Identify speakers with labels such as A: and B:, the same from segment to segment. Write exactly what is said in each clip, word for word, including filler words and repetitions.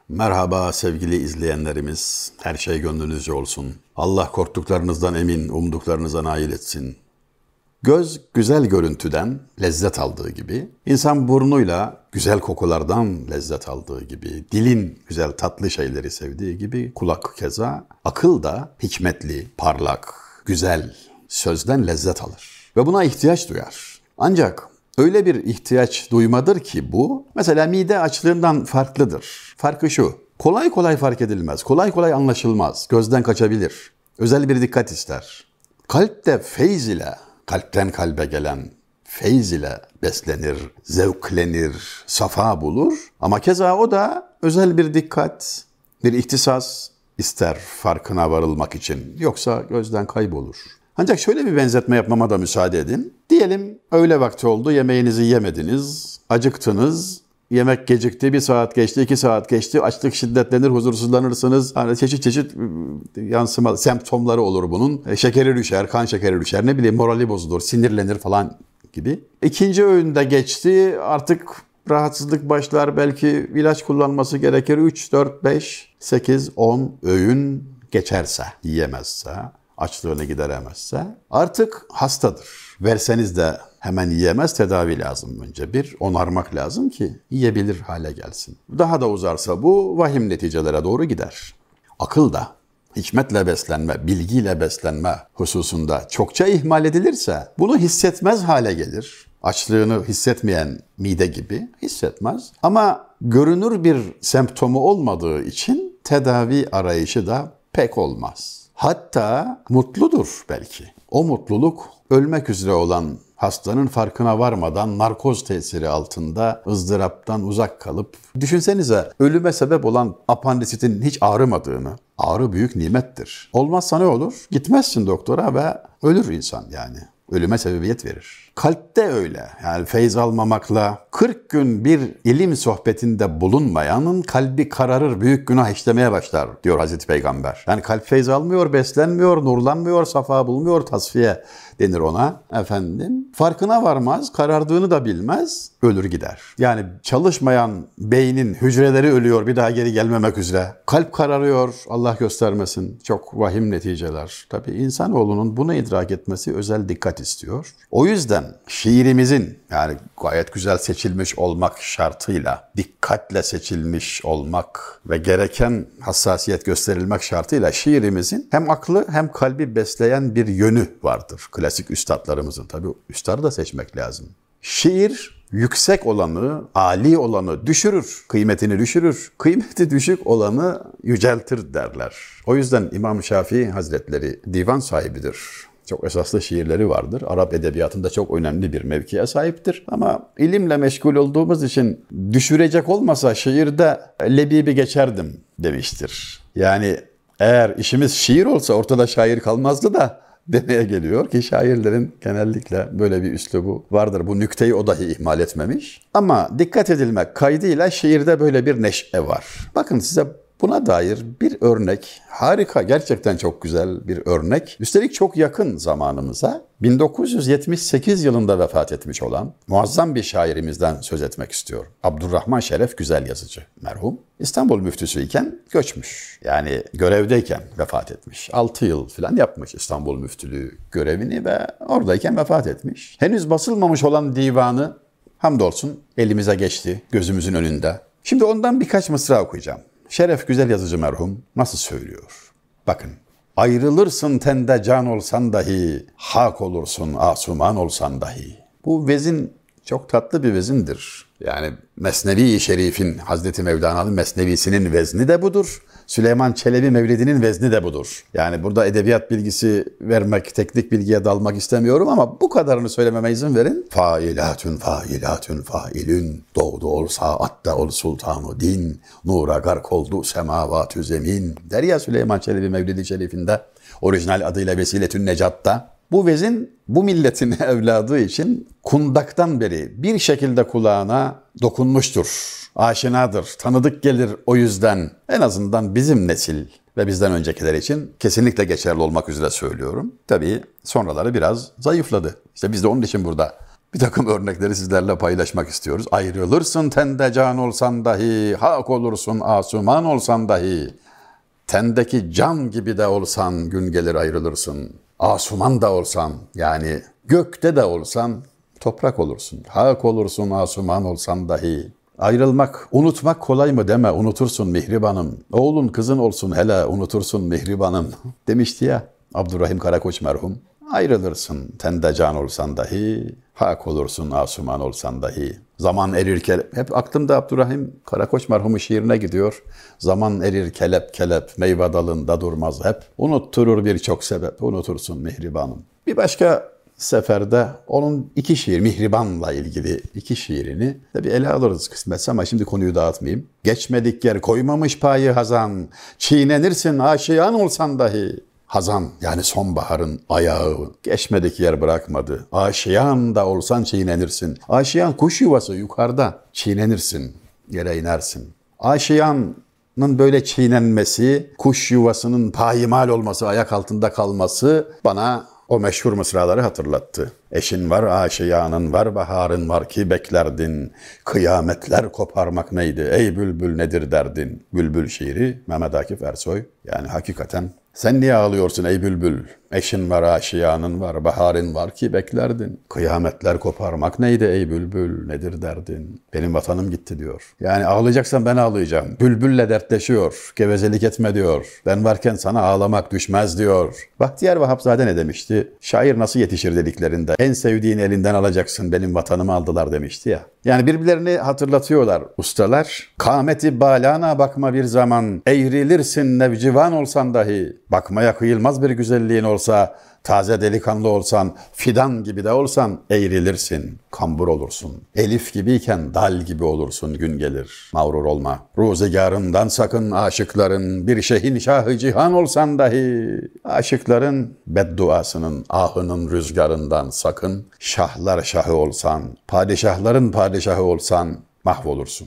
A: Merhaba sevgili izleyenlerimiz. Her şey gönlünüzce olsun. Allah korktuklarınızdan emin, umduklarınıza nail etsin. Göz güzel görüntüden lezzet aldığı gibi, insan burnuyla güzel kokulardan lezzet aldığı gibi, dilin güzel tatlı şeyleri sevdiği gibi, kulak keza, akıl da hikmetli, parlak, güzel sözden lezzet alır. Ve buna ihtiyaç duyar. Ancak öyle bir ihtiyaç duymadır ki bu, mesela mide açlığından farklıdır. Farkı şu, kolay kolay fark edilmez, kolay kolay anlaşılmaz, gözden kaçabilir. Özel bir dikkat ister. Kalp de feyz ile, kalpten kalbe gelen feyz ile beslenir, zevklenir, safa bulur. Ama keza o da özel bir dikkat, bir ihtisas ister farkına varılmak için. Yoksa gözden kaybolur. Ancak şöyle bir benzetme yapmama da müsaade edin. Diyelim öğle vakti oldu, yemeğinizi yemediniz, acıktınız, yemek gecikti, bir saat geçti, iki saat geçti, açlık şiddetlenir, huzursuzlanırsınız. Hani çeşit çeşit yansıma, semptomları olur bunun. E, şekeri düşer, kan şekeri düşer, ne bileyim morali bozulur, sinirlenir falan gibi. İkinci öğünde geçti, artık rahatsızlık başlar, belki ilaç kullanması gerekir. üç, dört, beş, sekiz, on öğün geçerse, yiyemezse, açlığını gideremezse artık hastadır. Verseniz de hemen yiyemez, tedavi lazım önce. Bir onarmak lazım ki yiyebilir hale gelsin. Daha da uzarsa bu vahim neticelere doğru gider. Akıl da hikmetle beslenme, bilgiyle beslenme hususunda çokça ihmal edilirse bunu hissetmez hale gelir. Açlığını hissetmeyen mide gibi hissetmez. Ama görünür bir semptomu olmadığı için tedavi arayışı da pek olmaz. Hatta mutludur belki. O mutluluk ölmek üzere olan hastanın farkına varmadan narkoz tesiri altında ızdıraptan uzak kalıp, düşünsenize ölüme sebep olan apandisitin hiç ağrımadığını. Ağrı büyük nimettir. Olmazsa ne olur? Gitmezsin doktora ve ölür insan yani. Ölüme sebebiyet verir. Kalpte öyle. Yani feyz almamakla kırk gün bir ilim sohbetinde bulunmayanın kalbi kararır, büyük günah işlemeye başlar diyor Hazreti Peygamber. Yani kalp feyz almıyor, beslenmiyor, nurlanmıyor, safa bulmuyor, tasfiye denir ona. Efendim, farkına varmaz, karardığını da bilmez, ölür gider. Yani çalışmayan beynin hücreleri ölüyor bir daha geri gelmemek üzere. Kalp kararıyor, Allah göstermesin. Çok vahim neticeler. Tabii insanoğlunun bunu idrak etmesi özel dikkat istiyor. O yüzden şiirimizin, yani gayet güzel seçilmiş olmak şartıyla, dikkatle seçilmiş olmak ve gereken hassasiyet gösterilmek şartıyla şiirimizin hem aklı hem kalbi besleyen bir yönü vardır. Klasik üstadlarımızın. Tabii üstadı da seçmek lazım. Şiir yüksek olanı, âli olanı düşürür, kıymetini düşürür. Kıymeti düşük olanı yüceltir derler. O yüzden İmam Şafii Hazretleri divan sahibidir. Çok esaslı şiirleri vardır. Arap edebiyatında çok önemli bir mevkiye sahiptir. Ama ilimle meşgul olduğumuz için düşürecek olmasa şiirde lebibi geçerdim demiştir. Yani eğer işimiz şiir olsa ortada şair kalmazdı da demeye geliyor ki şairlerin genellikle böyle bir üslubu vardır. Bu nükteyi o dahi ihmal etmemiş. Ama dikkat edilmek kaydıyla şiirde böyle bir neşe var. Bakın size buna dair bir örnek, harika, gerçekten çok güzel bir örnek. Üstelik çok yakın zamanımıza, bin dokuz yüz yetmiş sekiz yılında vefat etmiş olan muazzam bir şairimizden söz etmek istiyorum. Abdurrahman Şeref Güzel Yazıcı merhum. İstanbul müftüsü iken göçmüş. Yani görevdeyken vefat etmiş. altı yıl falan yapmış İstanbul müftülüğü görevini ve oradayken vefat etmiş. Henüz basılmamış olan divanı hamdolsun elimize geçti, gözümüzün önünde. Şimdi ondan birkaç mısra okuyacağım. Şeref Güzel Yazıcı merhum nasıl söylüyor? Bakın. Ayrılırsın tende can olsan dahi, hak olursun asuman olsan dahi. Bu vezin çok tatlı bir vezindir. Yani Mesnevi-i Şerif'in, Hazreti Mevlana'nın Mesnevisinin vezni de budur. Süleyman Çelebi Mevlidi'nin vezni de budur. Yani burada edebiyat bilgisi vermek, teknik bilgiye dalmak istemiyorum ama bu kadarını söylememe izin verin. Failatün failatün failün, doğdu olsa atta ol sultanu din, nura gark oldu semavatü zemin der ya Süleyman Çelebi Mevlidi Şerif'inde, orijinal adıyla Vesiletün Necat'ta. Bu vezin bu milletin evladı için kundaktan beri bir şekilde kulağına dokunmuştur, aşinadır, tanıdık gelir o yüzden. En azından bizim nesil ve bizden öncekiler için kesinlikle geçerli olmak üzere söylüyorum. Tabii sonraları biraz zayıfladı. İşte biz de onun için burada Bir takım örnekleri sizlerle paylaşmak istiyoruz. Ayrılırsın tende can olsan dahi, hak olursun asuman olsan dahi. Tendeki can gibi de olsan gün gelir ayrılırsın. Asuman da olsan yani gökte de olsan toprak olursun. Hak olursun asuman olsan dahi. Ayrılmak, unutmak kolay mı deme, unutursun mihribanım. Oğlun kızın olsun hele, unutursun mihribanım demişti ya Abdurrahim Karakoç merhum. Ayrılırsın tende can olsan dahi, hak olursun asuman olsan dahi. Zaman erir kelep, hep aklımda Abdurrahim Karakoç merhumun şiirine gidiyor. Zaman erir kelep kelep, meyve dalında durmaz hep. Unutturur birçok sebep, unutursun mihribanım. Bir başka seferde onun iki şiir, Mihriban'la ilgili iki şiirini de bir ele alırız kısmetse ama şimdi konuyu dağıtmayayım. Geçmedik yer koymamış payı hazan, çiğnenirsin aşiyan olsan dahi. Hazan yani sonbaharın ayağı geçmedik yer bırakmadı. Aşiyan da olsan çiğnenirsin. Aşiyan kuş yuvası yukarıda, çiğnenirsin, yere inersin. Aşiyanın böyle çiğnenmesi, kuş yuvasının payimal olması, ayak altında kalması bana o meşhur mısraları hatırlattı. Eşin var, aşiyanın var, baharın var ki beklerdin. Kıyametler koparmak neydi, ey bülbül nedir derdin. Bülbül şiiri Mehmet Akif Ersoy. Yani hakikaten sen niye ağlıyorsun ey bülbül? Eşin var, aşiyanın var, baharın var ki beklerdin. Kıyametler koparmak neydi ey bülbül, nedir derdin? Benim vatanım gitti diyor. Yani ağlayacaksan ben ağlayacağım. Bülbülle dertleşiyor, gevezelik etme diyor. Ben varken sana ağlamak düşmez diyor. Bahtiyar Vahapzade ne demişti? Şair nasıl yetişir dediklerinde en sevdiğin elinden alacaksın, benim vatanımı aldılar demişti ya. Yani birbirlerini hatırlatıyorlar ustalar. Kâmeti balana bakma bir zaman, eğrilirsin nevcivan olsan dahi. Bakmaya kıyılmaz bir güzelliğin olsa, taze delikanlı olsan, fidan gibi de olsan eğrilirsin, kambur olursun. Elif gibiyken dal gibi olursun gün gelir. Mağrur olma. Ruzigarından sakın aşıkların, bir şeyhin şahı cihan olsan dahi. Aşıkların bedduasının, ahının rüzgarından sakın. Şahlar şahı olsan, padişahların padişahı olsan mahvolursun.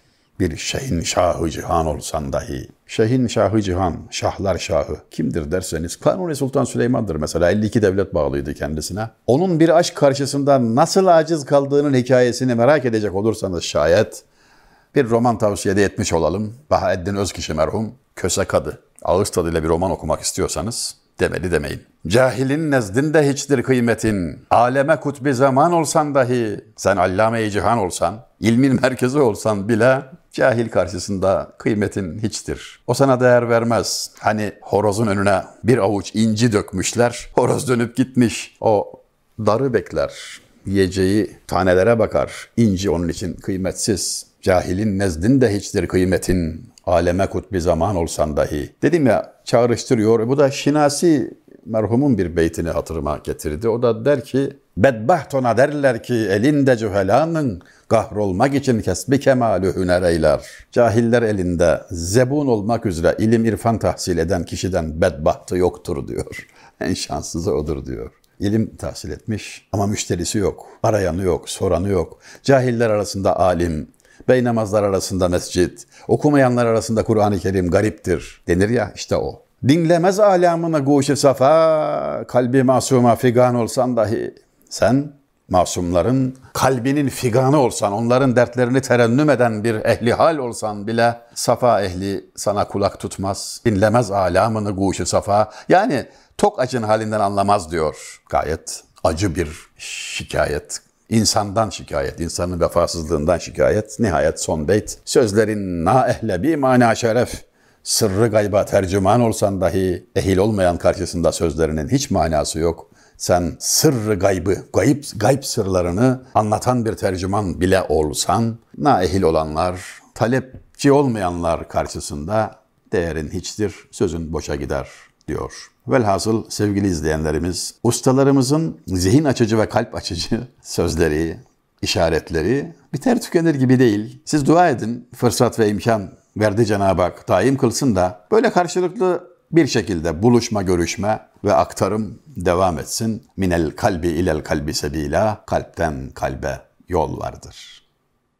A: Bir şeyhin şahı cihan olsan dahi. Şeyhin şahı cihan, şahlar şahı kimdir derseniz Kanuni Sultan Süleyman'dır mesela. elli iki devlet bağlıydı kendisine. Onun bir aşk karşısında nasıl aciz kaldığının hikayesini merak edecek olursanız şayet bir roman tavsiye etmiş olalım. Bahaeddin Özkişi merhum Köse Kadı. Ağız tadıyla bir roman okumak istiyorsanız demeli demeyin. Cahilin nezdinde hiçtir kıymetin, aleme kutbi zaman olsan dahi, sen allame-i cihan olsan, ilmin merkezi olsan bile cahil karşısında kıymetin hiçtir. O sana değer vermez. Hani horozun önüne bir avuç inci dökmüşler, horoz dönüp gitmiş. O darı bekler, yiyeceği tanelere bakar. İnci onun için kıymetsiz. Cahilin nezdinde hiçtir kıymetin, aleme kutbi zaman olsan dahi. Dedim ya, çağrıştırıyor. Bu da Şinasi merhumun bir beytini hatırıma getirdi. O da der ki, bedbaht ona derler ki elinde cühelanın, kahrolmak için kesbi kemalü hüner eyler. Cahiller elinde zebun olmak üzere ilim irfan tahsil eden kişiden bedbahtı yoktur diyor. En şanssızı odur diyor. İlim tahsil etmiş ama müşterisi yok, arayanı yok, soranı yok. Cahiller arasında alim, bey namazlar arasında mescit, okumayanlar arasında Kur'an-ı Kerim gariptir denir ya, işte o. Dinlemez alamını guşi safa, kalbi masuma figan olsan dahi sen masumların kalbinin figanı olsan, onların dertlerini terennüm eden bir ehli hal olsan bile safa ehli sana kulak tutmaz. Dinlemez alamını guşi safa, yani tok acın halinden anlamaz diyor. Gayet acı bir şikayet. İnsandan şikayet, insanın vefasızlığından şikayet. Nihayet son beyt. Sözlerin na ehle bi mana şeref. Sırrı gayba tercüman olsan dahi ehil olmayan karşısında sözlerinin hiç manası yok. Sen sırrı gaybı, gayb, gayb sırlarını anlatan bir tercüman bile olsan, na ehil olanlar, talepçi olmayanlar karşısında değerin hiçtir, sözün boşa gider diyor. Velhasıl sevgili izleyenlerimiz, ustalarımızın zihin açıcı ve kalp açıcı sözleri, işaretleri biter tükenir gibi değil. Siz dua edin, fırsat ve imkan verdi Cenab-ı Hak, daim kılsın da böyle karşılıklı bir şekilde buluşma, görüşme ve aktarım devam etsin. Minel kalbi ilel kalbi sebila, kalpten kalbe yol vardır.